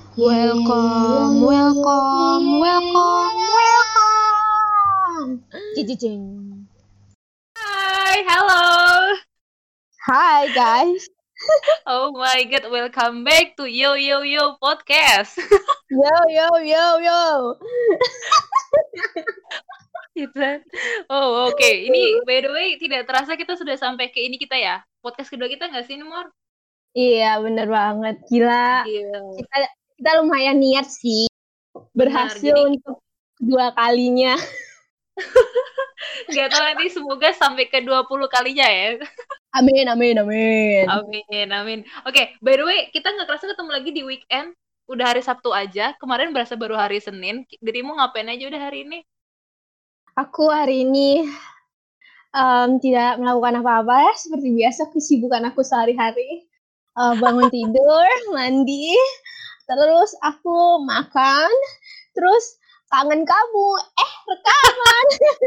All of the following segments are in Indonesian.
Welcome, welcome, welcome, welcome. Jijijing. Hai, halo. Hi guys. Oh my god, welcome back to Yo Yo Yo Podcast. Yo yo yo yo. Gitu. Oh, oke. Ini by the way tidak terasa kita sudah sampai ke ini kita ya. Podcast kedua kita nggak sih, Mor? Iya bener banget. Gila. Gila. Kita lumayan niat sih. Benar. Berhasil Jadi untuk kedua kalinya. nggak tahu nanti semoga sampai ke 20 kalinya ya. Amin amin amin. Amin, amin. Oke, by the way, kita nggak kerasa ketemu lagi di weekend. Udah hari Sabtu aja. Kemarin berasa baru hari Senin. Dirimu ngapain aja udah hari ini? Aku hari ini tidak melakukan apa-apa ya, seperti biasa kesibukan aku sehari-hari. Bangun tidur, mandi, terus aku makan, terus kangen kamu, rekaman.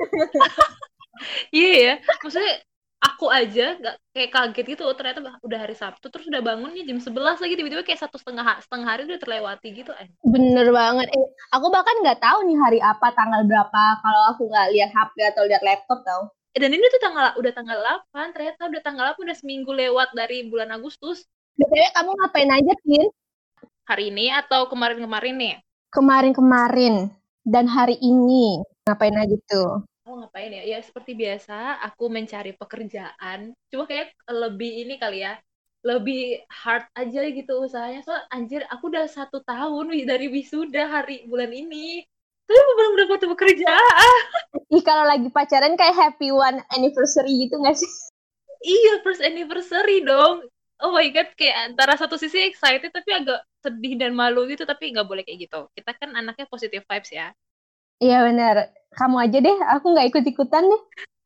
Iya ya, maksudnya aku aja nggak kayak kaget gitu, oh ternyata udah hari Sabtu, terus udah bangunnya jam 11 lagi, tiba-tiba kayak setengah hari udah terlewati gitu. Bener banget. Aku bahkan nggak tahu nih hari apa, tanggal berapa, kalau aku nggak lihat HP atau lihat laptop tau. Dan ini tuh udah tanggal 8, ternyata udah tanggal 8, udah seminggu lewat dari bulan Agustus. BTW kamu ngapain aja, Tin? Hari ini atau kemarin-kemarin nih? Kemarin-kemarin dan hari ini ngapain aja tuh? Oh, ngapain ya? Ya seperti biasa, aku mencari pekerjaan. Cuma kayak lebih ini kali ya, lebih hard aja gitu usahanya. Soal anjir, aku udah 1 tahun dari wisuda hari bulan ini. Tapi aku belum dapat pekerjaan. Kalau lagi pacaran kayak happy one anniversary gitu nggak sih? Iya, first anniversary dong. Oh my god, kayak antara satu sisi excited tapi agak sedih dan malu gitu, tapi nggak boleh kayak gitu. Kita kan anaknya positive vibes ya. Iya benar. Kamu aja deh, aku nggak ikut-ikutan deh.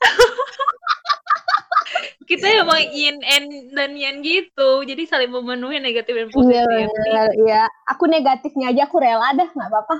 Kita emang yin and dan yang gitu, jadi saling memenuhi negatif dan Iya positif. benar, iya. Aku negatifnya aja aku rela dah, nggak apa-apa.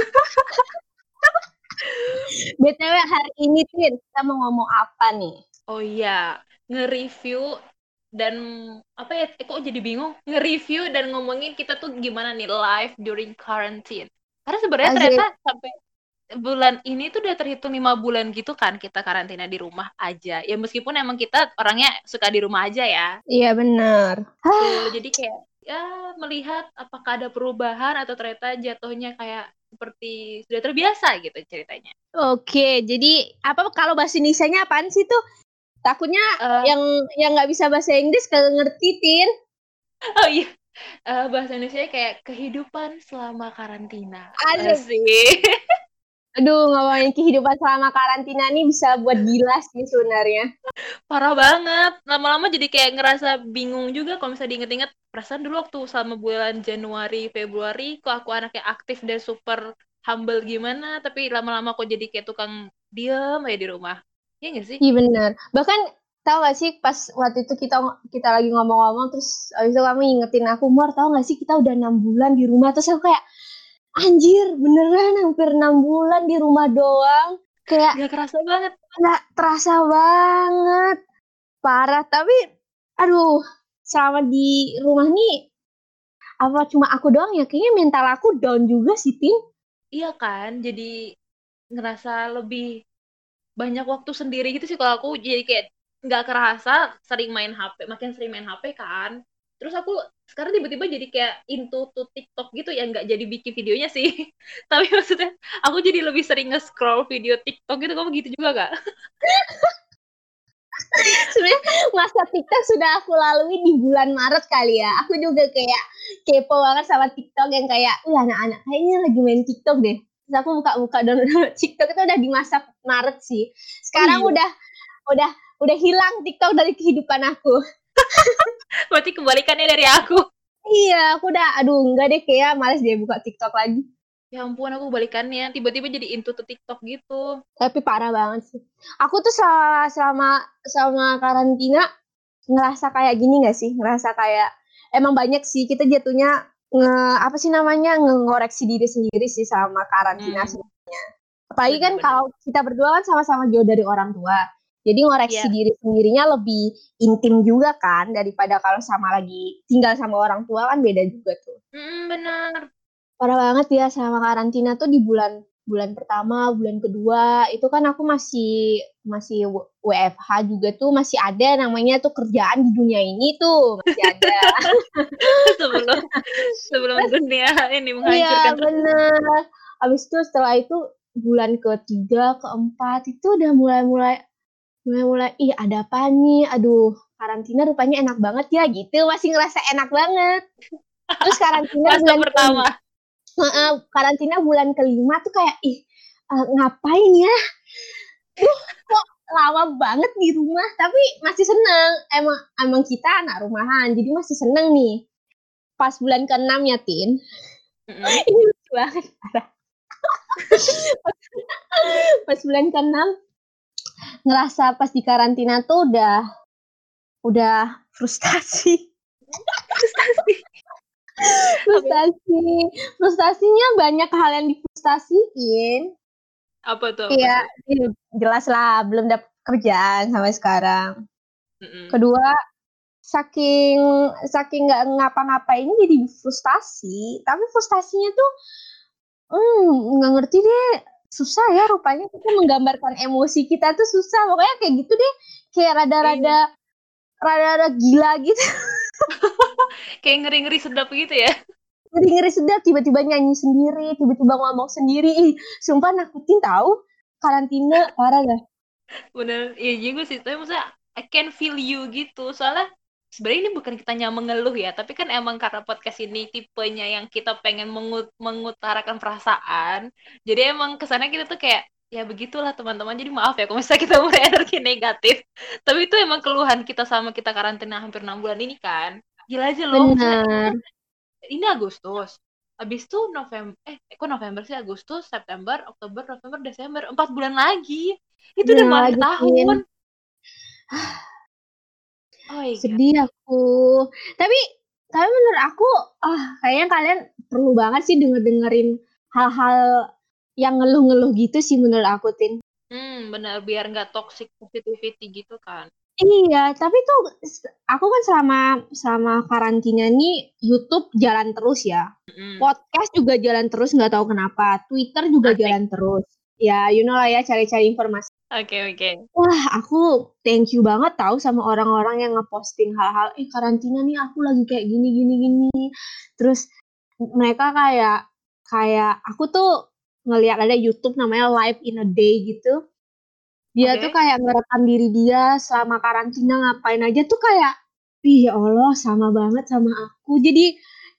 BTW hari ini Tin, kita mau ngomong apa nih? Oh iya, nge-review dan apa ya? Kok jadi bingung? Nge-review dan ngomongin kita tuh gimana nih live during quarantine. Karena sebenarnya ternyata Asik. sampai bulan ini tuh udah terhitung 5 bulan gitu kan kita karantina di rumah aja. Ya meskipun emang kita orangnya suka di rumah aja ya. Iya benar. Tuh, jadi kayak ya melihat apakah ada perubahan atau ternyata jatuhnya kayak seperti sudah terbiasa gitu ceritanya. Oke, jadi apa kalau bahasa Indonesianya apaan sih tuh? Takutnya Uh, yang nggak bisa bahasa Inggris kagak ngerti, Tin. oh iya, bahasa Indonesia kayak kehidupan selama karantina. Asik. Asik. Aduh, ngomongin kehidupan selama karantina nih bisa buat gila sih sebenarnya. Parah banget. Lama-lama jadi kayak ngerasa bingung juga kalau misalnya diinget-inget. Perasaan dulu waktu selama bulan Januari, Februari, kok aku anaknya aktif dan super humble gimana, tapi lama-lama kok jadi kayak tukang diem aja di rumah. Iya nggak sih? Iya benar. Bahkan tahu gak sih pas waktu itu kita lagi ngomong-ngomong terus abis itu kamu ingetin aku, Mor, tahu gak sih kita udah 6 bulan di rumah, terus aku kayak anjir beneran hampir 6 bulan di rumah doang. Kayak Gak kerasa banget. nggak terasa banget. Parah, tapi aduh, selama di rumah nih apa cuma aku doang ya? Kayaknya mental aku down juga sih, Tin. Iya kan? Jadi ngerasa lebih banyak waktu sendiri gitu sih kalau aku, jadi kayak nggak kerasa sering main HP, makin sering main HP kan. Terus aku sekarang tiba-tiba jadi kayak into to TikTok gitu ya, nggak jadi bikin videonya sih. Tapi maksudnya aku jadi lebih sering nge-scroll video TikTok gitu. Kamu gitu juga gak? Sebenarnya masa TikTok sudah aku lalui di bulan Maret kali ya. Aku juga kayak kepo banget sama TikTok yang kayak, anak-anak kayaknya lagi main TikTok deh. Terus aku buka-buka download TikTok itu udah di masa Maret sih. Oh Sekarang iya, udah hilang TikTok dari kehidupan aku. berarti kebalikannya dari aku. Iya, aku udah, aduh enggak deh, kayak males deh buka TikTok lagi. Ya ampun, aku kebalikannya. Tiba-tiba jadi into to TikTok gitu. Tapi parah banget sih. Aku tuh selama karantina ngerasa kayak gini gak sih? Ngerasa kayak emang banyak sih kita jatuhnya apa sih namanya ngoreksi diri sendiri sih sama karantina Hmm, sebenarnya. Apalagi kan bener-bener. kalau kita berdua kan sama-sama jauh dari orang tua. Jadi ngoreksi Iya, diri sendirinya lebih intim juga kan daripada kalau sama lagi tinggal sama orang tua kan beda juga tuh. bener. Parah banget ya selama karantina tuh di bulan pertama, bulan kedua itu kan aku masih WFH juga tuh, masih ada namanya tuh kerjaan di dunia ini tuh masih ada. sebelum sebelum dunia ini Iya menghancurkan terus. bener. Habis itu setelah itu bulan ketiga, keempat itu udah mulai ih ada apa nih? Aduh, karantina rupanya enak banget ya gitu, masih ngerasa enak banget. Terus Fase pertama. karantina bulan kelima tuh kayak ngapain ya? Kok lama banget di rumah, tapi masih seneng. Emang kita anak rumahan, jadi masih seneng nih. Pas bulan ke-6 ya, Tin. Ini lucu banget. Pas bulan ke-6 ngerasa pas di karantina tuh udah frustasi. Frustasinya banyak hal yang difrustasiin. Apa tuh? Iya, jelas lah belum dapat kerjaan sampai sekarang. Kedua, saking nggak ngapa-ngapain jadi frustasi. Tapi frustasinya tuh nggak ngerti deh. Susah ya rupanya kita menggambarkan emosi kita tuh susah. Pokoknya kayak gitu deh. Kayak rada-rada gila gitu. Kayak ngeri-ngeri sedap gitu ya. Ngeri-ngeri sedap, tiba-tiba nyanyi sendiri, tiba-tiba ngomong sendiri. Sumpah nakutin tahu. Karantina parah dah. Bener, iya juga sih. Tapi maksudnya I can feel you gitu. Soalnya sebenarnya ini bukan kita mengeluh ya, tapi kan emang karena podcast ini tipenya yang kita pengen mengutarakan perasaan. Jadi emang kesannya kita tuh kayak ya begitulah teman-teman. Jadi maaf ya kalau misalnya kita mulai energi negatif. Tapi itu emang keluhan kita sama kita karantina hampir 6 bulan ini kan. Gila aja loh. Benar. Ini Agustus. Habis itu kok November sih? Agustus, September, Oktober, November, Desember. 4 bulan lagi. Itu udah mau akhir tahun. Sedih aku. Tapi menurut aku, kayaknya kalian perlu banget sih dengerin hal-hal yang ngeluh-ngeluh gitu sih menurut aku, Tin. Benar, biar nggak toxic positivity gitu kan. Iya, tapi tuh aku kan selama karantina nih YouTube jalan terus ya. Podcast juga jalan terus, nggak tahu kenapa. Twitter juga jalan terus. Ya, you know lah ya, cari-cari informasi. Oke. Wah, aku thank you banget tahu sama orang-orang yang ngeposting hal-hal, karantina nih aku lagi kayak gini. Terus mereka kayak aku tuh ngelihat ada YouTube namanya Live in a Day gitu. Dia tuh kayak ngerekam diri dia selama karantina ngapain aja tuh kayak, ya Allah sama banget sama aku. Jadi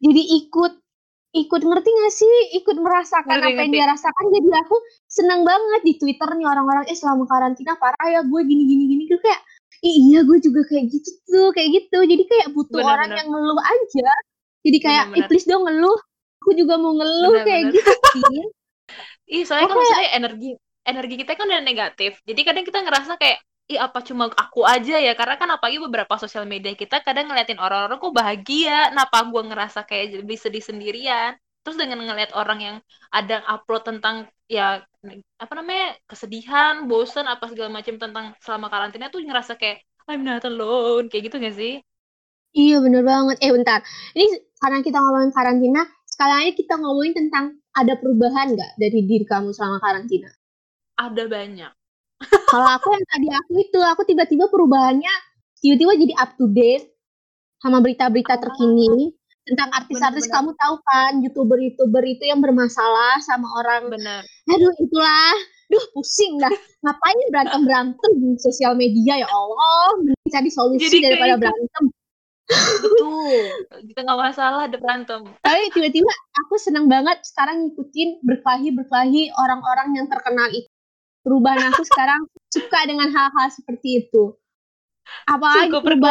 ikut ngerti gak sih? Ikut merasakan apa yang dia rasakan. Jadi aku seneng banget di Twitter nih orang-orang selama karantina parah ya gue gini gitu kayak iya gue juga kayak gitu tuh kayak gitu. Jadi kayak butuh orang yang ngeluh aja. Jadi kayak please dong ngeluh. Aku juga mau ngeluh kayak gitu sih. Soalnya kan misalnya energi kita kan udah negatif. Jadi kadang kita ngerasa kayak apa cuma aku aja ya, karena kan apalagi beberapa sosial media kita kadang ngeliatin orang-orang kok bahagia, kenapa gue ngerasa kayak lebih sedih sendirian. Terus dengan ngeliat orang yang ada upload tentang ya apa namanya kesedihan, bosen apa segala macam tentang selama karantina tuh ngerasa kayak I'm not alone, kayak gitu gak sih? Iya bener banget. Bentar, ini karena kita ngomongin karantina, sekalian aja kita ngomongin tentang ada perubahan nggak dari diri kamu selama karantina? Ada banyak. Kalau aku yang tadi aku tiba-tiba perubahannya tiba-tiba jadi up to date sama berita-berita terkini tentang artis-artis. Kamu tahu kan youtuber itu yang bermasalah sama orang. Aduh itulah, pusing dah. Ngapain berantem di sosial media ya Allah? Mending cari solusi daripada berantem. Betul, di tengah masalah ada berantem. Tapi tiba-tiba aku senang banget sekarang ngikutin berkelahi orang-orang yang terkenal itu. Perubahan aku sekarang suka dengan hal-hal seperti itu. Apalagi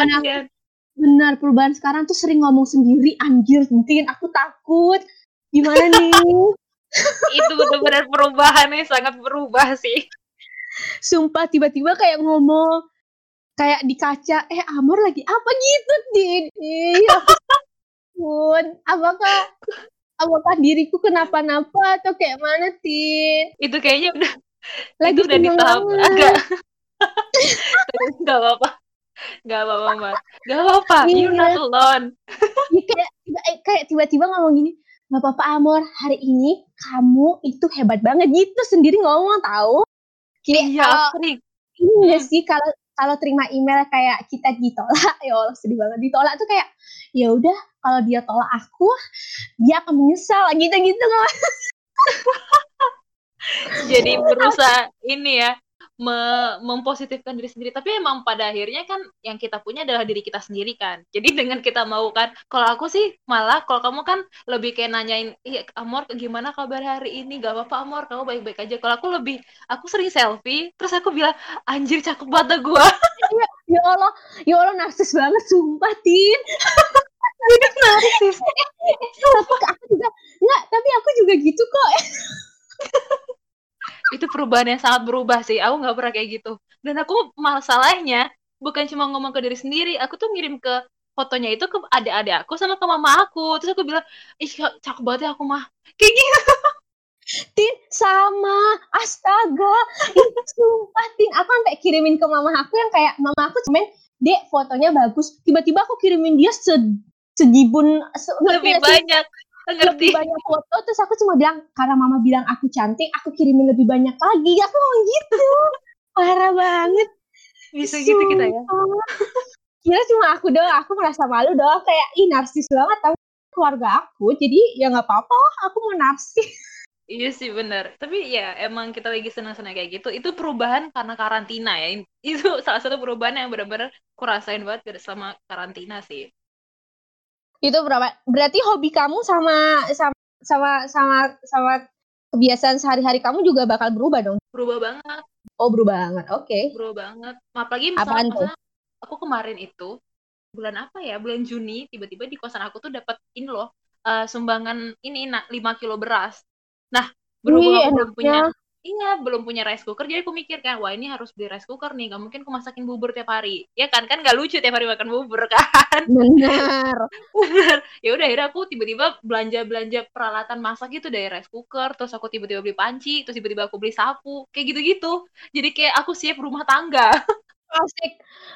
perubahan sekarang tuh sering ngomong sendiri, anjir, bikin aku takut. Gimana nih? Itu benar-benar perubahannya sangat berubah sih. Sumpah tiba-tiba kayak ngomong kayak di kaca, Amor lagi apa gitu, Din? Apakah diriku kenapa-napa atau kayak mana, Tin? Itu kayaknya lagi udah di tahap agak Gak apa-apa Mbak. Gak apa-apa, you're not alone. Kayak tiba-tiba ngomong gini, nggak apa-apa Amor, hari ini kamu itu hebat banget gitu sendiri ngomong tahu. Kayak Iya, kalau aku sering. ini nggak sih kalau terima email kayak kita ditolak, ya Allah sedih banget ditolak tuh kayak ya udah kalau dia tolak aku dia akan menyesal gitu nggak. Jadi berusaha ini ya, mempositifkan diri sendiri. Tapi emang pada akhirnya kan yang kita punya adalah diri kita sendiri kan. Jadi dengan kita mau kan, kalau aku sih malah, kalau kamu kan lebih kayak nanyain, iya Amor gimana kabar hari ini? Gak apa-apa Amor, kamu baik-baik aja. Kalau aku sering selfie, terus aku bilang, anjir cakep banget gue. Ya Allah narsis banget sumpah Tin. Jadi narsis. Tapi aku juga gitu kok. Itu perubahan yang sangat berubah sih. Aku nggak pernah kayak gitu. Dan aku masalahnya bukan cuma ngomong ke diri sendiri, aku tuh ngirim ke fotonya itu ke adik-adik aku sama ke mama aku. Terus aku bilang, ih cakep banget ya aku mah. Kayak gitu. Tin sama astaga sumpah Tin aku sampai kirimin ke mama aku yang kayak mama aku cuman Dek fotonya bagus tiba-tiba aku kirimin dia sejibun Lebih banyak. lebih banyak foto terus aku cuma bilang karena mama bilang aku cantik aku kirimin lebih banyak lagi aku ngomong gitu parah banget Bisa gitu kita ya. Kira cuma aku doang aku merasa malu doang kayak ih narsis banget tapi keluarga aku jadi ya nggak apa-apa aku mau narsis. Iya sih benar. Tapi ya emang kita lagi senang-senang kayak gitu. Itu perubahan karena karantina ya. Itu salah satu perubahan yang benar-benar kurasain banget selama karantina sih. Itu berarti hobi kamu sama kebiasaan sehari-hari kamu juga bakal berubah dong? Berubah banget. Oh, berubah banget. Oke. Berubah banget. Apalagi Apaan tuh? misalnya aku kemarin itu bulan apa ya? Bulan Juni tiba-tiba di kosan aku tuh dapat ini loh, sumbangan ini 5 kilo beras. Nah, berhubung Wih, aku enaknya. belum punya rice cooker, jadi aku mikir kan, wah ini harus beli rice cooker nih, gak mungkin aku masakin bubur tiap hari. Ya kan gak lucu tiap hari makan bubur kan. Benar. Ya udah akhirnya aku tiba-tiba belanja peralatan masak gitu dari rice cooker, terus aku tiba-tiba beli panci, terus tiba-tiba aku beli sapu, kayak gitu-gitu. Jadi kayak aku siap rumah tangga. Asik.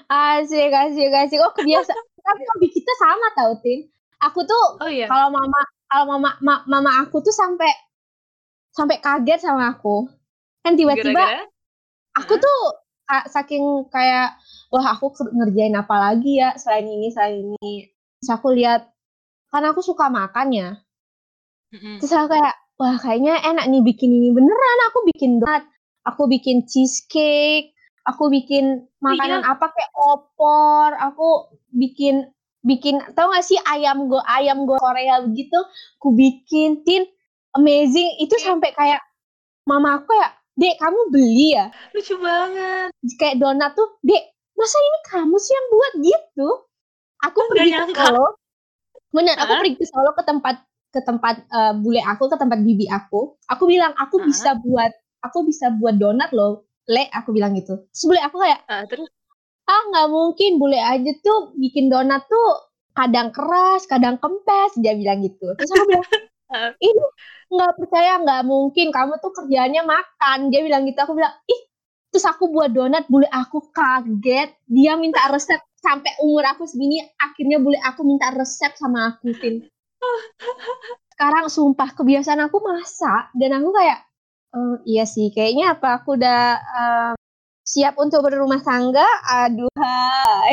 Asik. Oh, kebiasaan. Tapi hobi kita sama tau, Tin. Aku tuh Oh iya. kalau mama aku tuh sampai kaget sama aku. Kan tiba-tiba Gara-gara aku tuh saking kayak wah aku ngerjain apa lagi ya selain ini. Terus aku lihat karena aku suka makan ya. Terus aku kayak wah kayaknya enak nih bikin ini beneran aku bikin donat, aku bikin cheesecake, aku bikin makanan apa kayak opor, aku bikin tau gak sih ayam go Korea begitu, aku bikin Tin amazing itu sampai kayak mama aku kayak Dek kamu beli ya? Lucu banget. Kayak donat tuh, Dek masa ini kamu sih yang buat gitu? Aku pergi ke Solo, bener aku pergi ke Solo ke tempat bule aku, ke tempat bibi aku bilang aku bisa buat donat loh Le, aku bilang gitu. Terus bule aku kayak Terus nggak mungkin bule aja tuh bikin donat tuh kadang keras kadang kempes dia bilang gitu. Terus aku bilang ini nggak percaya nggak mungkin kamu tuh kerjaannya makan dia bilang gitu. Aku bilang ih terus aku buat donat bule aku kaget dia minta resep sampai umur aku segini akhirnya bule aku minta resep sama aku Tin. Sekarang sumpah kebiasaan aku masak dan aku kayak iya sih kayaknya apa aku udah siap untuk berumah tangga. Aduhai.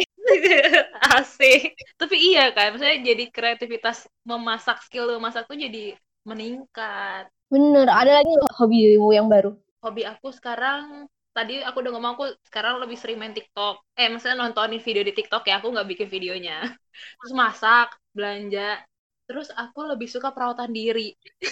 asik. Tapi iya kan, maksudnya jadi kreativitas memasak, skill memasak tuh jadi meningkat. Bener, ada lagi hobimu yang baru? Hobi aku sekarang, tadi aku udah ngomong aku sekarang lebih sering main TikTok. Maksudnya nontonin video di TikTok ya, aku nggak bikin videonya. Terus masak, belanja. Terus aku lebih suka perawatan diri.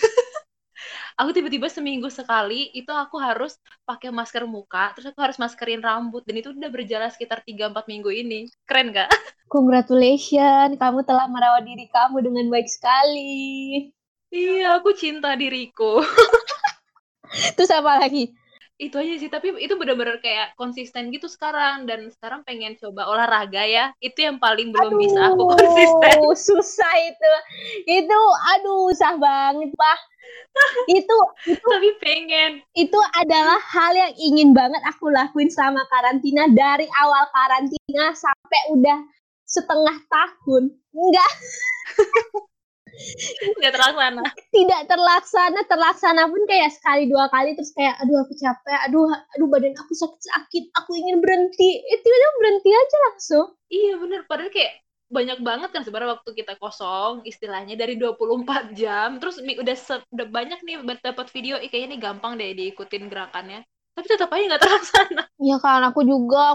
Aku tiba-tiba seminggu sekali itu aku harus pakai masker muka, terus aku harus maskerin rambut, dan itu udah berjalan sekitar 3-4 minggu ini. Keren gak? Congratulations, kamu telah merawat diri kamu dengan baik sekali. Iya, aku cinta diriku. Terus apa lagi? Itu aja sih, tapi itu benar-benar kayak konsisten gitu sekarang, dan sekarang pengen coba olahraga ya. Itu yang paling belum bisa aku konsisten. Susah itu. Aduh, susah banget, Pak. Itu Tapi pengen. Itu adalah hal yang ingin banget aku lakuin selama karantina dari awal karantina sampai udah setengah tahun. Enggak. Nggak terlaksana. Tidak terlaksana pun kayak sekali 2 kali terus kayak aduh aku capek, aduh badan aku sakit-sakit, aku ingin berhenti. Tiba-tiba berhenti aja langsung. Iya bener, padahal kayak banyak banget kan sebenarnya waktu kita kosong, istilahnya dari 24 jam, terus udah banyak nih dapat video, kayaknya nih gampang deh diikutin gerakannya. Tapi tetap aja nggak terlaksana. Ya kan aku juga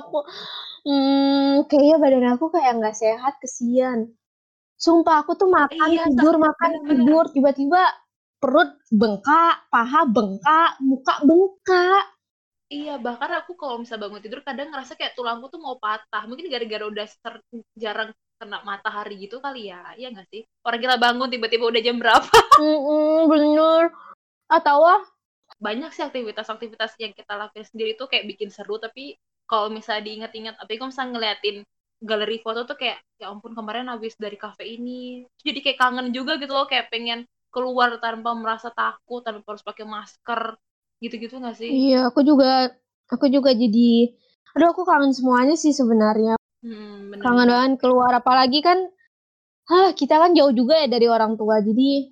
kayaknya badan aku kayak nggak sehat, kesian. Sumpah aku tuh makan Iya, bener-bener. tidur, tiba-tiba perut bengkak, paha bengkak, muka bengkak. Iya, bahkan aku kalau misal bangun tidur kadang ngerasa kayak tulangku tuh mau patah. Mungkin gara-gara udah jarang kena matahari gitu kali ya. Iya nggak sih? Orang kita bangun tiba-tiba udah jam berapa? Bener. Atau Banyak sih aktivitas-aktivitas yang kita lakuin sendiri tuh kayak bikin seru, tapi kalau misalnya diingat-ingat, tapi kalau misalnya ngeliatin galeri foto tuh kayak, ya ampun kemarin habis dari kafe ini. Jadi kayak kangen juga gitu loh, kayak pengen keluar tanpa merasa takut, tanpa harus pakai masker. Gitu-gitu nggak sih? iya, aku juga jadi aduh aku kangen semuanya sih sebenarnya. Kangen Bener-bener. banget keluar apalagi kan kita kan jauh juga ya dari orang tua. Jadi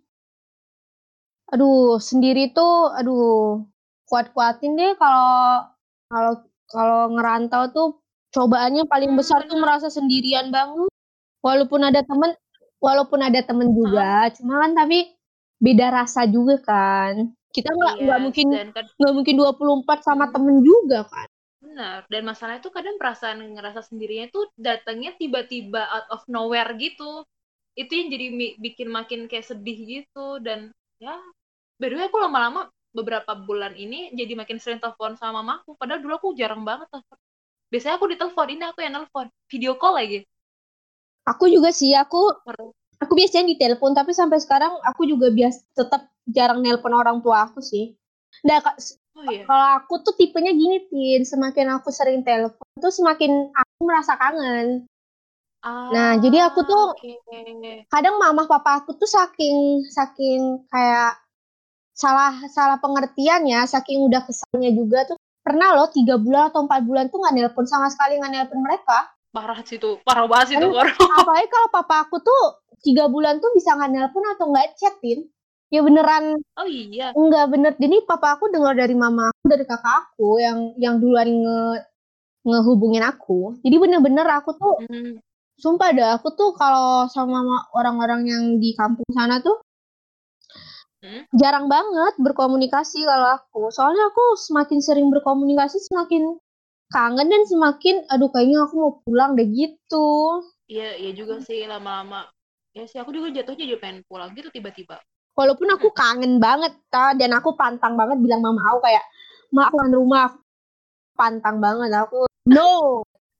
aduh sendiri tuh kuat-kuatin deh kalau kalau kalau ngerantau tuh cobaannya paling besar tuh Bener. merasa sendirian banget. Walaupun ada temen walaupun ada temen Heeh. juga, cuma kan tapi beda rasa juga kan. Kita Yes, dan kan nggak mungkin 24 sama mm, temen juga kan. benar. Dan masalahnya tuh kadang perasaan ngerasa sendirinya tuh datangnya tiba-tiba out of nowhere gitu. Itu yang jadi bikin makin kayak sedih gitu. Dan ya, by the way aku lama-lama beberapa bulan ini jadi makin sering telepon sama mamaku. Padahal dulu aku jarang banget telepon. Biasanya aku ditelepon, ini aku yang nelpon. Video call lagi. Aku juga sih, aku biasanya ditelepon tapi sampai sekarang aku juga tetap jarang nelpon orang tua aku sih. Nah, Oh iya. kalau aku tuh tipenya gini, Tin, semakin aku sering telepon tuh semakin aku merasa kangen. Nah, jadi aku tuh Oke. kadang mama papa aku tuh saking saking kayak salah pengertian ya, saking udah kesalnya juga tuh pernah loh 3 bulan atau 4 bulan tuh nggak nelpon sama sekali nggak nelpon mereka. Parah sih tuh. Parah banget sih Kan tuh. apalagi kalau papa aku tuh 3 bulan tuh bisa nggak nelpon atau nggak chatin. Ya beneran Oh iya. nggak bener. Jadi papa aku dengar dari mama aku, dari kakak aku yang duluan ngehubungin aku. Jadi bener-bener aku tuh Hmm. sumpah dah aku tuh kalau sama orang-orang yang di kampung sana tuh Hmm? jarang banget berkomunikasi kalau aku. Soalnya aku semakin sering berkomunikasi semakin kangen dan semakin aduh kayaknya aku mau pulang deh gitu. Iya, iya juga sih lama-lama. Ya sih, aku juga jatuhnya jadi pengen pulang gitu tiba-tiba. Walaupun aku kangen banget dan aku pantang banget bilang mama aku kayak mak aku kangen rumah, aku pantang banget aku no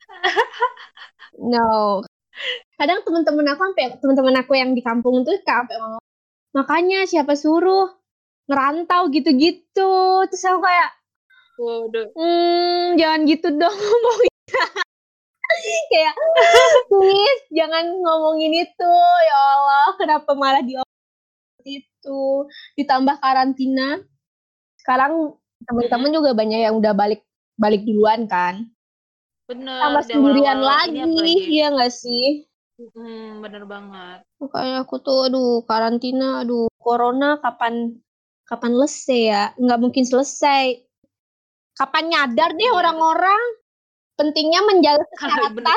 no. Kadang teman-teman aku yang di kampung tuh sampai ngomong makanya siapa suruh ngerantau gitu-gitu. Terus aku kayak Waduh. jangan gitu dong ngomongin kayak please jangan ngomongin itu ya Allah kenapa malah itu ditambah karantina sekarang teman-teman Mm-mm. juga banyak yang udah balik duluan kan Bener, tambah di sendirian awal-awal ini lagi apalagi. iya nggak sih Bener banget. makanya aku tuh aduh karantina aduh corona kapan kapan selesai ya nggak mungkin selesai kapan nyadar deh Iya, orang-orang pentingnya menjaga bener, kesehatan.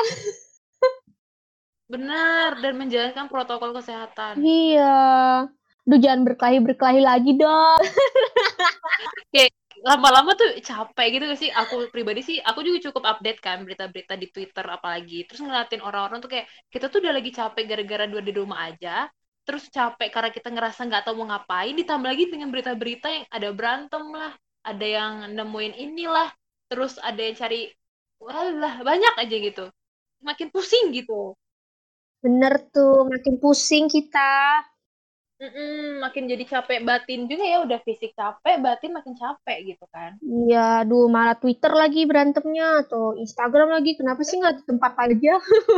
bener, dan menjalankan protokol kesehatan. Iya. Duh jangan berkelahi-berkelahi lagi dong. Kayak lama-lama tuh capek gitu gak sih? Aku pribadi sih, aku juga cukup update kan berita-berita di Twitter apalagi. Terus ngeliatin orang-orang tuh kayak, kita tuh udah lagi capek gara-gara dua di rumah aja. Terus capek karena kita ngerasa nggak tahu mau ngapain. Ditambah lagi dengan berita-berita yang ada berantem lah. Ada yang nemuin inilah. Terus ada yang cari, walah banyak aja gitu. Makin pusing gitu. Bener tuh, makin pusing kita. Makin jadi capek batin juga ya. Udah fisik capek, batin makin capek gitu kan. Iya, aduh malah Twitter lagi berantemnya atau Instagram lagi. Kenapa sih nggak di tempat aja?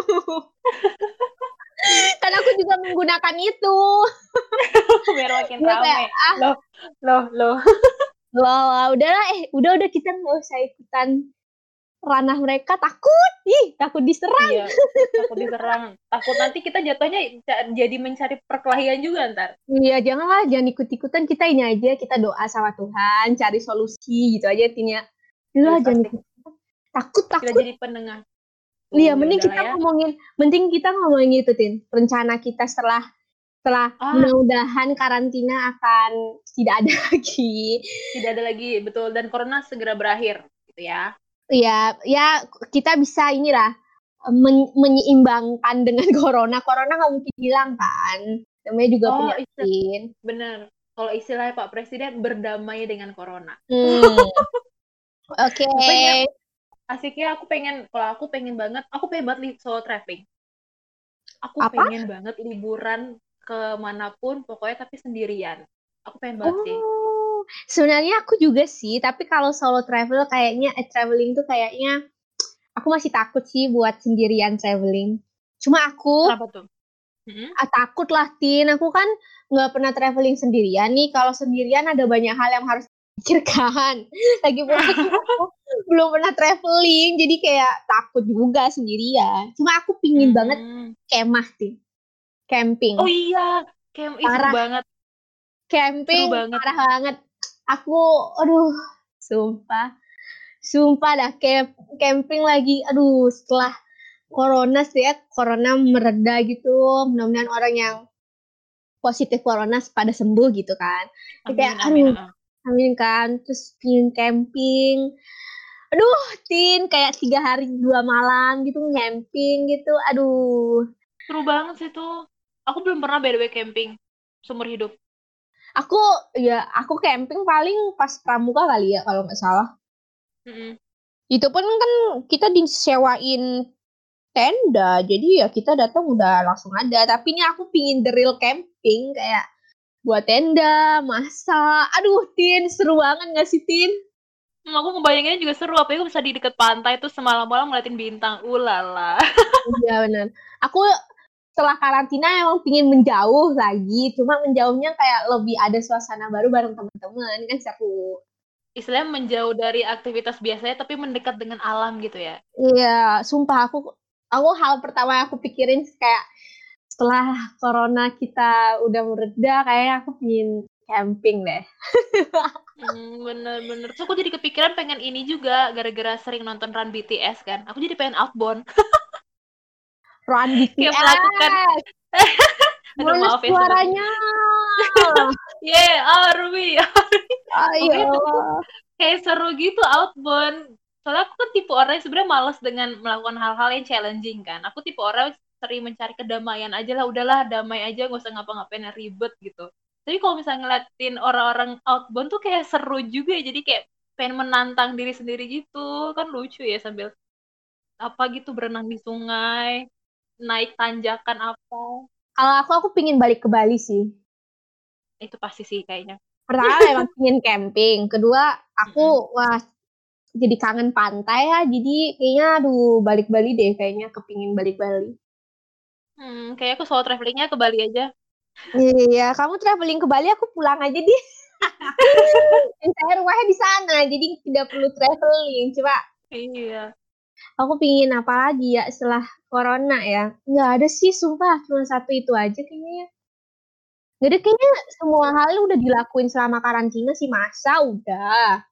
Kan aku juga menggunakan itu. Biar makin Dia kayak rame. Loh, loh, loh. wah udahlah udah kita nggak usah ikutan ranah mereka, takut diserang. Iya, takut diserang. Takut nanti kita jatuhnya jadi mencari perkelahian juga ntar. Iya, jangan ikut-ikutan, kita ini aja, kita doa sama Tuhan, cari solusi gitu aja intinya. Iya, Lah, jangan pasti. takut. Kita jadi penengah. Iya, Ya mending udahlah kita ya. ngomongin itu, Tin. Rencana kita setelah Ah, mudah-mudahan karantina akan tidak ada lagi. tidak ada lagi, betul. Dan corona segera berakhir, gitu ya. Iya, ya kita bisa inilah menyeimbangkan dengan corona. Corona nggak mungkin hilang kan. Namanya juga Oh, penyakit. bener. Kalau istilahnya Pak Presiden, berdamai dengan corona. Hmm, oke. Tapi ini asiknya kalau aku pengen banget solo traveling. Aku Apa? pengen banget liburan kemanapun, pokoknya tapi sendirian. Aku pengen banget sih. Oh, sebenarnya aku juga sih. Tapi kalau solo traveling tuh kayaknya aku masih takut sih buat sendirian traveling. Cuma aku Kenapa tuh? Mm-mm. takut lah, Tin. Aku kan nggak pernah traveling sendirian nih. Kalau sendirian ada banyak hal yang harus dipikirkan. Lagi pula aku belum pernah traveling, jadi kayak takut juga sendirian. Cuma aku pingin banget Hmm. kemah, Tin. Oh Camping. iya, seru Parah, banget, seru camping banget. parah banget. Aku, aduh, sumpah. Sumpah dah, camping lagi. Aduh, setelah corona mereda gitu. Mudah-mudahan orang yang positif corona pada sembuh gitu kan. Jadi kayak Amin, amin. aduh, amin kan. Terus pingin camping. Aduh, Tin, kayak 3 hari 2 malam gitu camping gitu. Aduh, Seru banget sih tuh. Aku belum pernah by the way camping seumur hidup. aku aku camping paling pas pramuka kali ya kalau nggak salah. Mm-mm. Itu pun kan kita disewain tenda, jadi ya kita datang udah langsung ada. Tapi ini aku pingin the real camping kayak buat tenda, masak. Aduh, Tin, seru banget nggak sih, Tin? Aku ngebayanginnya juga seru, apalagi bisa di deket pantai tuh semalam-malam ngeliatin bintang. Ulala. Iya benar. Aku setelah karantina emang pingin menjauh lagi, cuma menjauhnya kayak lebih ada suasana baru bareng teman-teman kan seru. Istilahnya menjauh dari aktivitas biasanya tapi mendekat dengan alam gitu ya. Iya, sumpah aku hal pertama yang aku pikirin kayak setelah corona kita udah mereda, kayaknya aku pingin camping deh. Bener-bener. Terus aku jadi kepikiran pengen ini juga, gara-gara sering nonton Run BTS kan. Aku jadi pengen outbound. Run Kayak melakukan, BTS, aduh mana maaf ya sebut. suaranya? Yeah, Army. Ayo. Pokoknya tuh aku kayak seru gitu outbound. Soalnya aku kan tipe orang yang sebenarnya malas dengan melakukan hal-hal yang challenging kan. Aku tipe orang yang sering mencari kedamaian aja lah, udahlah damai aja, gak usah ngapa-ngapain yang ribet gitu. Tapi kalau misalnya ngeliatin orang-orang outbound tuh kayak seru juga ya, jadi kayak pengen menantang diri sendiri gitu. Kan lucu ya sambil apa gitu berenang di sungai, naik tanjakan apa. Kalau aku pingin balik ke Bali sih. Itu pasti sih kayaknya. Pertama memang pingin camping, kedua Mm-mm. aku wah jadi kangen pantai ya, jadi kayaknya aduh balik Bali deh, kayaknya kepingin balik Bali. Kayak aku solo travelingnya ke Bali aja. Iya, kamu traveling ke Bali, aku pulang aja deh. Dan saya rumahnya di sana, jadi tidak perlu traveling. Coba Iya. aku pingin apa lagi ya setelah corona ya? Nggak ada sih, sumpah. Cuma satu itu aja kayaknya ya. Jadi kayaknya semua hal udah dilakuin selama karantina sih, masa udah.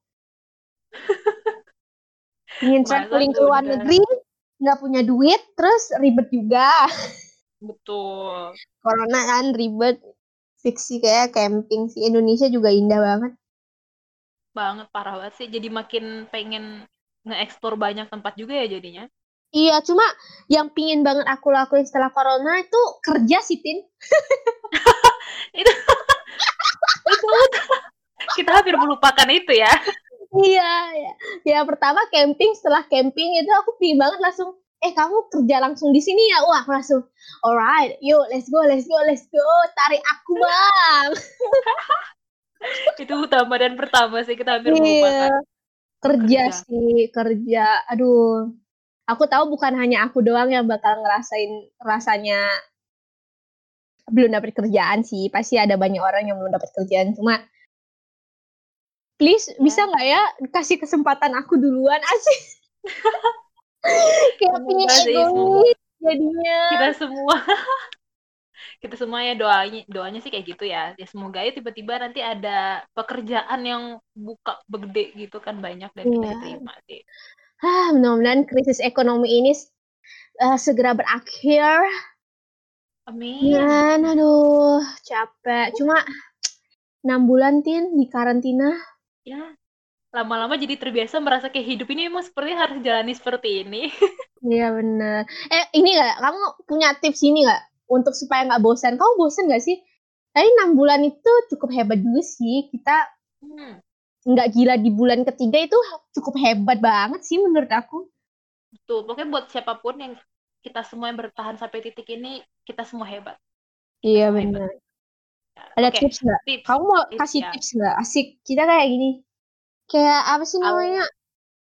Pingin Masa traveling ke luar udah. negeri, nggak punya duit, terus ribet juga. Betul. Corona kan ribet. Fiksi kayak camping sih. Indonesia juga indah banget. Banget, parah banget sih. Jadi makin pengen nge-explore banyak tempat juga ya jadinya. Iya, cuma yang pingin banget aku lakuin setelah corona itu kerja sih, Tin. Itu itu kita hampir melupakan itu ya. Iya, ya. Ya pertama camping, setelah camping itu aku pingin banget langsung, kamu kerja langsung di sini ya? Wah, aku langsung, alright, yuk, let's go, tarik aku bang. Itu utama dan pertama sih kita hampir Iya, melupakan kerja bekerja. sih, kerja. Aduh, aku tahu bukan hanya aku doang yang bakal ngerasain rasanya belum dapat kerjaan sih. Pasti ada banyak orang yang belum dapat kerjaan. Cuma, please, bisa Ya. nggak ya kasih kesempatan aku duluan? Asik. Kayak pingin Semoga sih, semoga egois jadinya. kita semua ya doanya sih kayak gitu ya. Ya semoga ya tiba-tiba nanti ada pekerjaan yang buka gede gitu kan banyak dan kita Iya. diterima sih. Mudah-mudahan krisis ekonomi ini segera berakhir. Amin. Dan aduh, capek. Cuma 6 bulan Tin di karantina. Ya, lama-lama jadi terbiasa merasa kayak hidup ini emang seperti harus jalani seperti ini. Iya bener. Ini nggak? Kamu punya tips ini nggak untuk supaya nggak bosan? Kamu bosan nggak sih? Tapi 6 bulan itu cukup hebat juga sih. Kita Hmm, nggak gila di bulan ketiga itu cukup hebat banget sih menurut aku. betul. Pokoknya buat siapapun yang kita semua yang bertahan sampai titik ini, kita semua hebat. Kita Iya semua hebat. bener. Ya, Ada oke, tips nggak? tips. Kamu mau Tips kasih ya. tips nggak? Asik. Kita kayak gini. Kayak apa sih namanya? Al-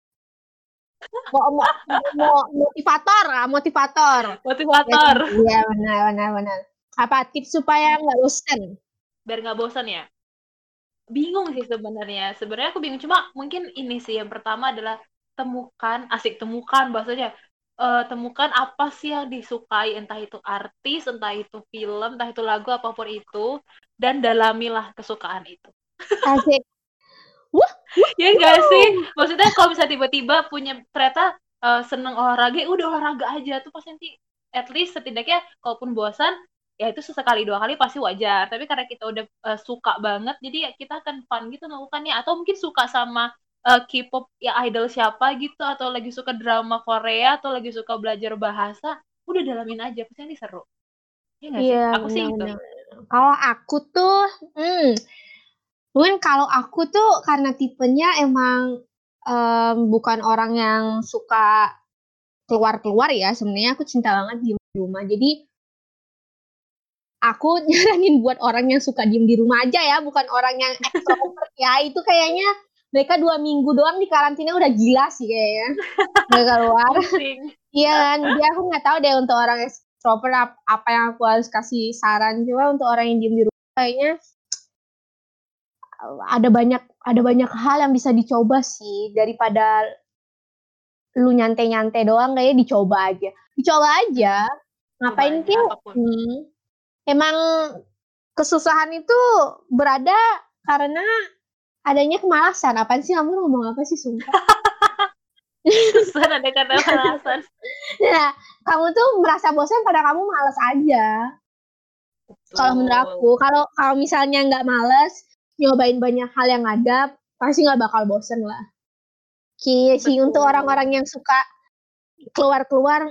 Mau motivator lah, motivator. Ya kan? Motivator. Iya benar benar benar. Apa tips supaya nggak bosan? Biar nggak bosan ya. Bingung sih sebenarnya. Sebenarnya aku bingung. Cuma mungkin ini sih. Yang pertama adalah temukan bahasanya. Temukan apa sih yang disukai, entah itu artis, entah itu film, entah itu lagu, apapun itu, dan dalamilah kesukaan itu. Asik. Wah, wah, Ya enggak sih? wah. Maksudnya kalau bisa tiba-tiba punya ternyata seneng olahraga, ya udah olahraga aja tuh pasti nanti at least setidaknya kalaupun bosan ya itu sesekali 2 kali pasti wajar. Tapi karena kita udah suka banget, jadi ya kita akan fun gitu melakukannya. Atau mungkin suka sama K-pop ya idol siapa gitu, atau lagi suka drama Korea, atau lagi suka belajar bahasa, udah dalamin aja pasti nanti seru. Ya nggak Iya sih? Aku sih gitu. benar-benar. Kalau aku tuh, mungkin kalau aku tuh karena tipenya emang bukan orang yang suka keluar-keluar ya. Sebenarnya aku cinta banget di rumah. Jadi aku nyaranin buat orang yang suka diem di rumah aja ya, bukan orang yang extrovert ya. Itu kayaknya mereka 2 minggu doang di karantina udah gila sih kayaknya. Nggak keluar. Pusing. Iya kan, jadi aku nggak tahu deh untuk orang extrovert apa yang aku harus kasih saran. Cuma untuk orang yang diem di rumah kayaknya ada banyak hal yang bisa dicoba sih daripada lu nyantai-nyantai doang kayaknya dicoba aja. Dicoba aja. Hmm, coba Ngapain aja kek? apapun. Emang kesusahan itu berada karena adanya kemalasan. Apaan sih kamu ngomong apa sih sumpah? Kesan ada kata alasan. Nah, kamu tuh merasa bosan pada kamu malas aja. Kalau menurut Betul. aku, kalau misalnya nggak males, nyobain banyak hal yang ada, pasti nggak bakal bosen lah. Sih untuk Betul. orang-orang yang suka keluar-keluar,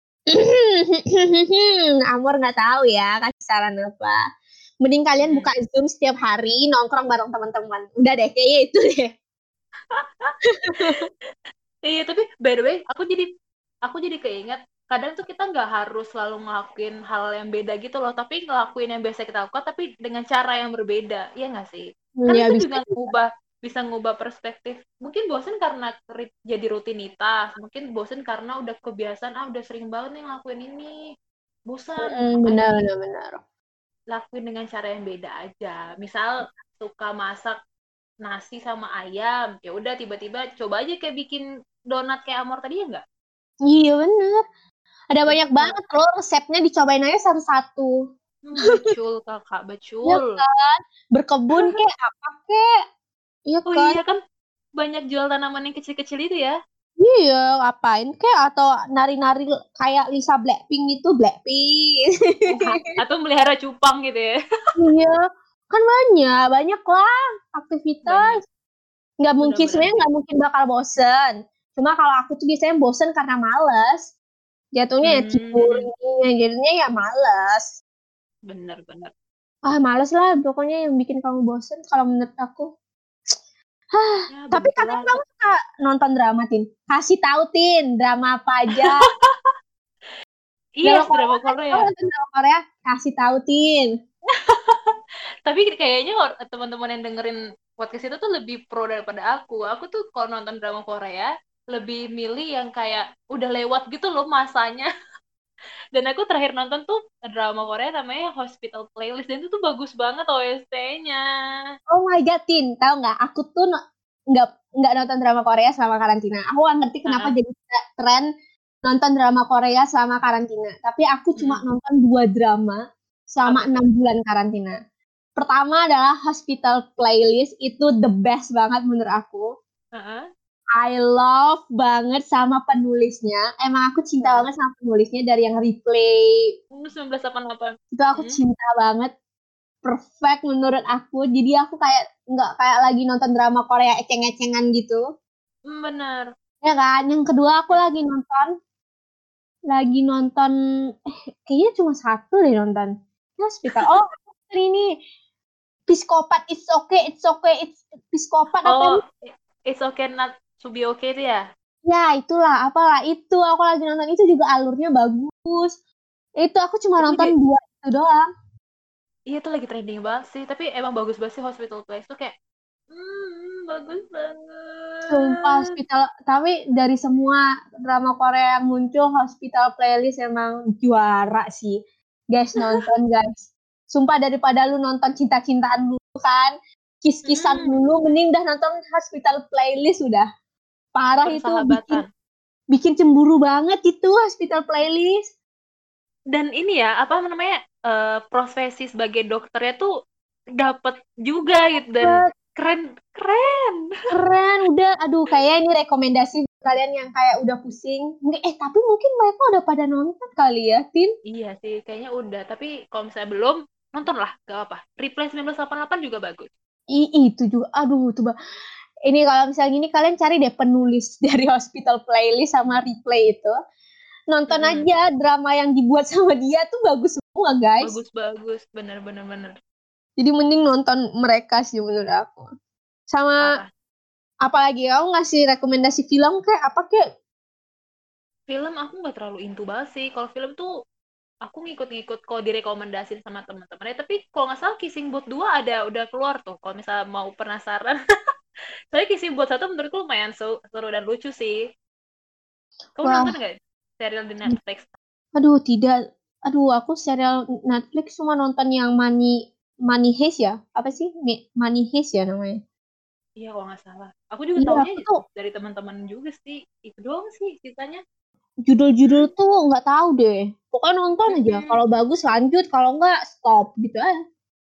Amor nggak tahu ya kasih saran apa. Mending kalian buka Zoom setiap hari, nongkrong bareng teman-teman. Udah deh, kayaknya itu deh. Iya, tapi by the way, aku jadi keinget kadang tuh kita nggak harus selalu ngelakuin hal yang beda gitu loh, tapi ngelakuin yang biasa kita lakukan tapi dengan cara yang berbeda. Iya nggak sih? Kan Ya itu bisa juga juga. bisa ngubah perspektif. Mungkin bosen karena jadi rutinitas, mungkin bosen karena udah kebiasaan, udah sering banget nih ngelakuin ini. Bosan, makanya Benar, benar, benar. lakuin dengan cara yang beda aja. Misal suka masak nasi sama ayam, ya udah tiba-tiba coba aja kayak bikin donat kayak Amor tadi ya nggak? Iya benar. Ada Jadi banyak banget loh resepnya, dicobain aja satu-satu. betul kakak, Iya betul. kan? Berkebun kek, apa kek? Iya Oh kan? iya kan banyak jual tanaman yang kecil-kecil itu ya. Iya, ngapain kek? Atau nari-nari kayak Lisa Blackpink gitu, Blackpink. Atau melihara cupang gitu ya. Iya, kan banyak lah aktivitas. Banyak, Nggak mungkin, benar-benar sebenarnya sih. nggak mungkin bakal bosen. Cuma kalau aku tuh biasanya bosen karena males. Jatuhnya ya tidur, Hmm, jadinya ya males. benar-benar. Males lah, pokoknya yang bikin kamu bosen kalau menurut aku. Ya Tapi katanya begitulah. kamu suka nonton drama, Tin. Kasih tahu, Tin, drama apa aja. Drama Iya, Korea, drama kan kamu Korea. nonton drama Korea? Kasih tahu, Tin. Tapi kayaknya teman-teman yang dengerin podcast itu tuh lebih pro daripada aku. Aku tuh kalau nonton drama Korea lebih milih yang kayak udah lewat gitu loh masanya. Dan aku terakhir nonton tuh drama Korea namanya Hospital Playlist dan itu tuh bagus banget OST-nya. Oh my God, Tin. Tahu nggak? Aku tuh nggak nonton drama Korea selama karantina. Aku nggak ngerti kenapa jadi tren nonton drama Korea selama karantina. Tapi aku cuma nonton 2 drama selama 6 bulan karantina. Pertama adalah Hospital Playlist, itu the best banget menurut aku. I love banget sama penulisnya. Emang aku cinta banget sama penulisnya dari yang Replay 1988. Itu aku cinta banget. Perfect menurut aku. Jadi aku nggak kayak lagi nonton drama Korea eceng-ecengan gitu. Benar. Ya kan? Yang kedua aku lagi nonton kayaknya cuma satu deh nonton. Hospital. Oh, ini Psikopat, it's okay, it's Psikopat apa? It's okay not to be okay itu ya? Ya, itulah, apalah itu. Aku lagi nonton itu juga alurnya bagus. Itu aku cuma nonton 2 itu doang. Iya, itu lagi trending banget sih. Tapi emang bagus banget sih Hospital Playlist tuh kayak bagus banget. Sumpah Hospital, tapi dari semua drama Korea yang muncul, Hospital Playlist emang juara sih. Guys, nonton guys. Sumpah daripada lu nonton cinta-cintaan dulu kan, kiss-kissan dulu, mending dah nonton Hospital Playlist udah. Parah itu, bikin cemburu banget itu Hospital Playlist. Dan ini ya, apa namanya, profesi sebagai dokternya tuh dapat juga gitu, dan keren. Udah, aduh, kayak ini rekomendasi kalian yang kayak udah pusing. Tapi mungkin mereka udah pada nonton kali ya, Tin? Iya sih, kayaknya udah. Tapi kalau misalnya belum, nonton lah, gak apa. Replay 1988 juga bagus. Itu juga, aduh, tuh ini kalau misalnya gini, kalian cari deh penulis dari Hospital Playlist sama Replay itu. Nonton aja drama yang dibuat sama dia tuh bagus semua, guys. Bagus, bener. Jadi mending nonton mereka sih menurut aku. Sama apalagi kamu ngasih rekomendasi film kayak apa kayak? Film aku nggak terlalu into banget sih. Kalau film tuh aku ngikut-ngikut kalau direkomendasiin sama teman-temannya. Tapi kalau nggak salah Kissing Booth 2 udah keluar tuh. Kalau misalnya mau penasaran. Soalnya Kissing Booth 1 menurutku lumayan seru dan lucu sih. Kamu nonton nggak serial di Netflix? Aduh, tidak. Aduh, aku serial Netflix cuma nonton yang Money Heist ya? Apa sih? Money Heist ya namanya? Iya, kalau nggak salah. Aku juga taunya dari teman-teman juga sih. Itu doang sih sisanya. Judul-judul tuh nggak tahu deh. Pokoknya nonton aja. Kalau bagus lanjut, kalau nggak stop gitu aja.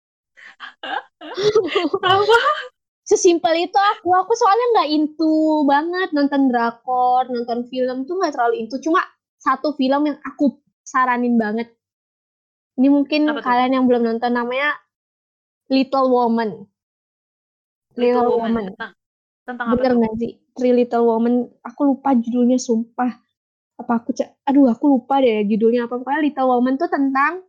Apa? Sesimpel itu aku soalnya nggak into banget nonton drakor, nonton film tuh nggak terlalu into. Cuma satu film yang aku saranin banget. Ini mungkin kalian yang belum nonton, namanya Little Woman. Little Woman. Tentang apa bener nggak sih? Three Little Woman. Aku lupa judulnya, sumpah. Aku lupa deh judulnya apa. Pokoknya Little Woman tuh tentang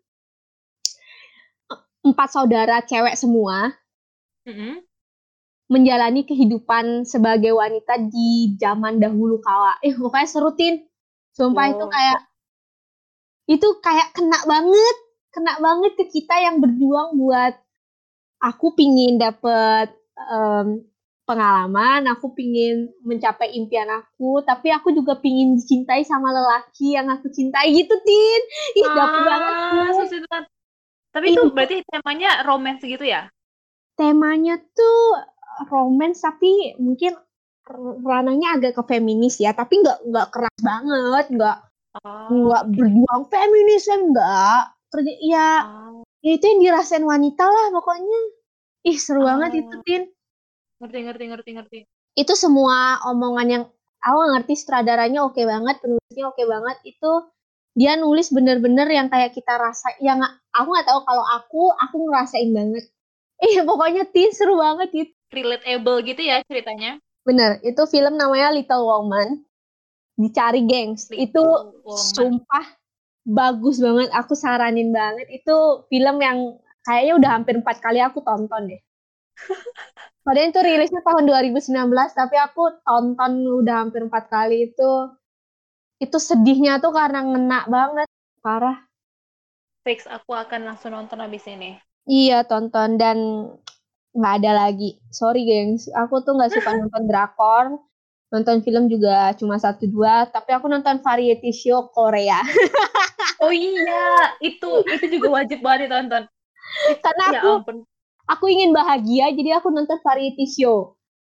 4 saudara cewek semua menjalani kehidupan sebagai wanita di zaman dahulu kala. Pokoknya serutin. Sumpah itu kayak kena banget ke kita yang berjuang buat aku pingin dapet pengalaman, aku pingin mencapai impian aku, tapi aku juga pingin dicintai sama lelaki yang aku cintai gitu, Tin. Dapet banget tuh. Tapi itu berarti temanya romance gitu ya? Temanya tuh romance, tapi mungkin ranahnya agak ke feminis ya, tapi nggak keras banget, nggak berjuang feminis, enggak. Ya itu yang dirasain wanita lah pokoknya. Seru banget itu, Tin. Ngerti. Itu semua omongan yang aku ngerti, sutradaranya oke banget, penulisnya oke banget. Itu dia nulis bener-bener yang kayak kita rasa, yang aku nggak tahu, kalau aku ngerasain banget. Pokoknya Tin, seru banget gitu. Relatable gitu ya ceritanya. Bener, itu film namanya Little Woman. Dicari, gengs. Itu sumpah bagus banget, aku saranin banget. Itu film yang kayaknya udah hampir 4 kali aku tonton deh. Padahal itu rilisnya tahun 2019, tapi aku tonton udah hampir 4 kali itu. Itu sedihnya tuh karena ngena banget, parah. Fix, aku akan langsung nonton abis ini. Iya, tonton, dan nggak ada lagi. Sorry, gengs, aku tuh nggak suka nonton drakor. Nonton film juga cuma 1-2, tapi aku nonton variety show Korea. Oh iya, itu juga wajib banget ditonton. Karena aku ingin bahagia, jadi aku nonton variety show.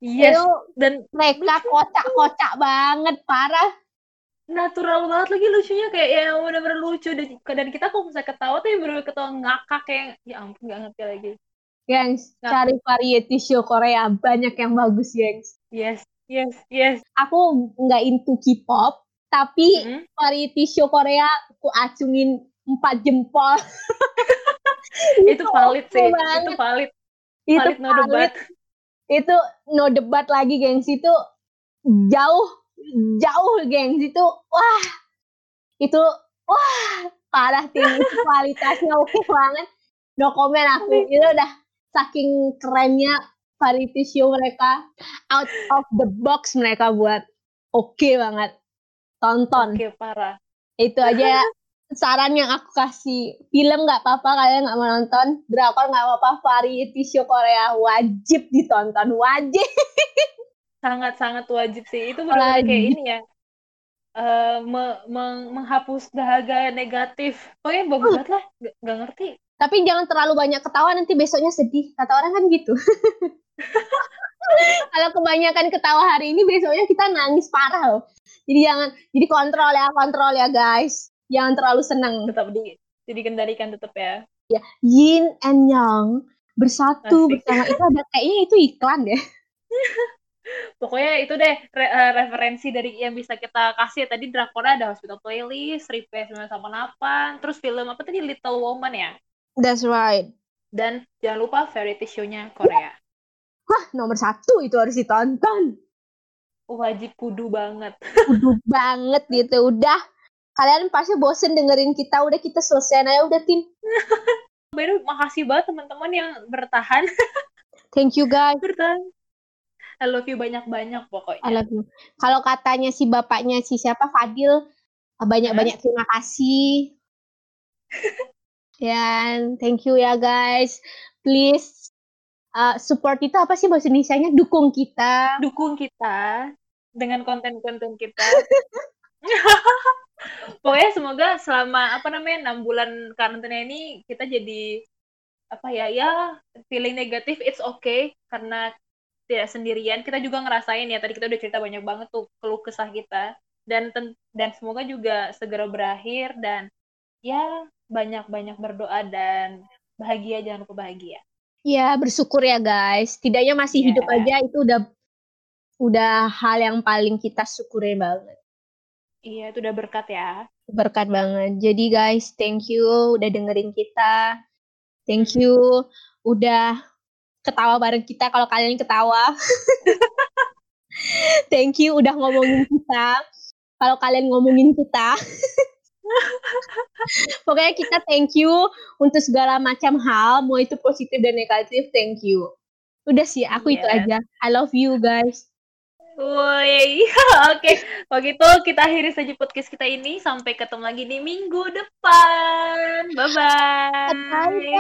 Yes. Itu Dan mereka kocak-kocak banget, parah. natural banget lagi lucunya, kayak ya bener-bener lucu. Dan kita kok bisa ketawa tuh bener-bener ketawa ngakak, kayak ya ampun nggak ngerti lagi. Gengs, Ngakak. cari variety show Korea, banyak yang bagus, gengs. Yes, yes, yes. Aku nggak into K-pop, tapi Mm-hmm. variety show Korea aku acungin 4 jempol. Itu valid oke sih, banget. itu valid. Itu Valid, no debat. Itu no debat lagi, gengs. Itu jauh gengs. Itu parah tim, itu kualitasnya oke banget. No comment aku. Itu udah saking kerennya variety show mereka, out of the box mereka buat oke banget. Tonton. Oke, parah. Itu aja saran yang aku kasih. Film nggak apa-apa kalian nggak mau nonton, drakor nggak apa-apa, variety show Korea wajib ditonton, wajib. Sangat-sangat wajib sih. Itu benar-benar kayak ini ya. Menghapus dahaga negatif. Pokoknya bagus banget lah. Gak ngerti. Tapi jangan terlalu banyak ketawa, nanti besoknya sedih. Kata orang kan gitu. Kalau kebanyakan ketawa hari ini, besoknya kita nangis parah loh. Jadi kontrol ya guys. Jangan terlalu senang. Tetap dikendalikan tetap ya. Ya, yin and yang bersatu bersama itu ada kayaknya itu iklan deh. Pokoknya itu deh referensi dari yang bisa kita kasih. Tadi drakor ada Hospital Playlist, Replay 988, terus film apa tadi, Little Woman ya. That's right. Dan jangan lupa variety show-nya Korea. Wah, nomor 1 itu harus ditonton. Wajib kudu banget. Kudu banget gitu. Udah, kalian pasti bosen dengerin kita. Udah, kita selesai aja udah, tim. Baru makasih banget teman-teman yang bertahan. Thank you guys. Bertahan. I love you banyak-banyak pokoknya. I love you. Kalau katanya si bapaknya si siapa, Fadil, banyak-banyak terima kasih. Dan thank you ya guys. Please support itu apa sih bahasa Indonesianya? Dukung kita. Dukung kita dengan konten-konten kita. Pokoknya semoga selama 6 bulan karantina ini kita jadi feeling negatif, it's okay, karena tidak sendirian. Kita juga ngerasain ya, tadi kita udah cerita banyak banget tuh keluh kesah kita, dan semoga juga segera berakhir, dan ya banyak-banyak berdoa dan bahagia, jangan lupa bahagia. Ya, bersyukur ya guys. Setidaknya masih hidup aja, itu udah hal yang paling kita syukurin banget. Iya, itu udah berkat ya. Berkat banget. Jadi guys, thank you udah dengerin kita. Thank you udah ketawa bareng kita kalau kalian ketawa. Thank you udah ngomongin kita kalau kalian ngomongin kita. Pokoknya kita thank you untuk segala macam hal, mau itu positif dan negatif, thank you. Udah sih, aku itu aja. I love you guys. Woi, oke. Kalau gitu kita akhiri saja podcast kita ini. Sampai ketemu lagi di minggu depan. Bye-bye.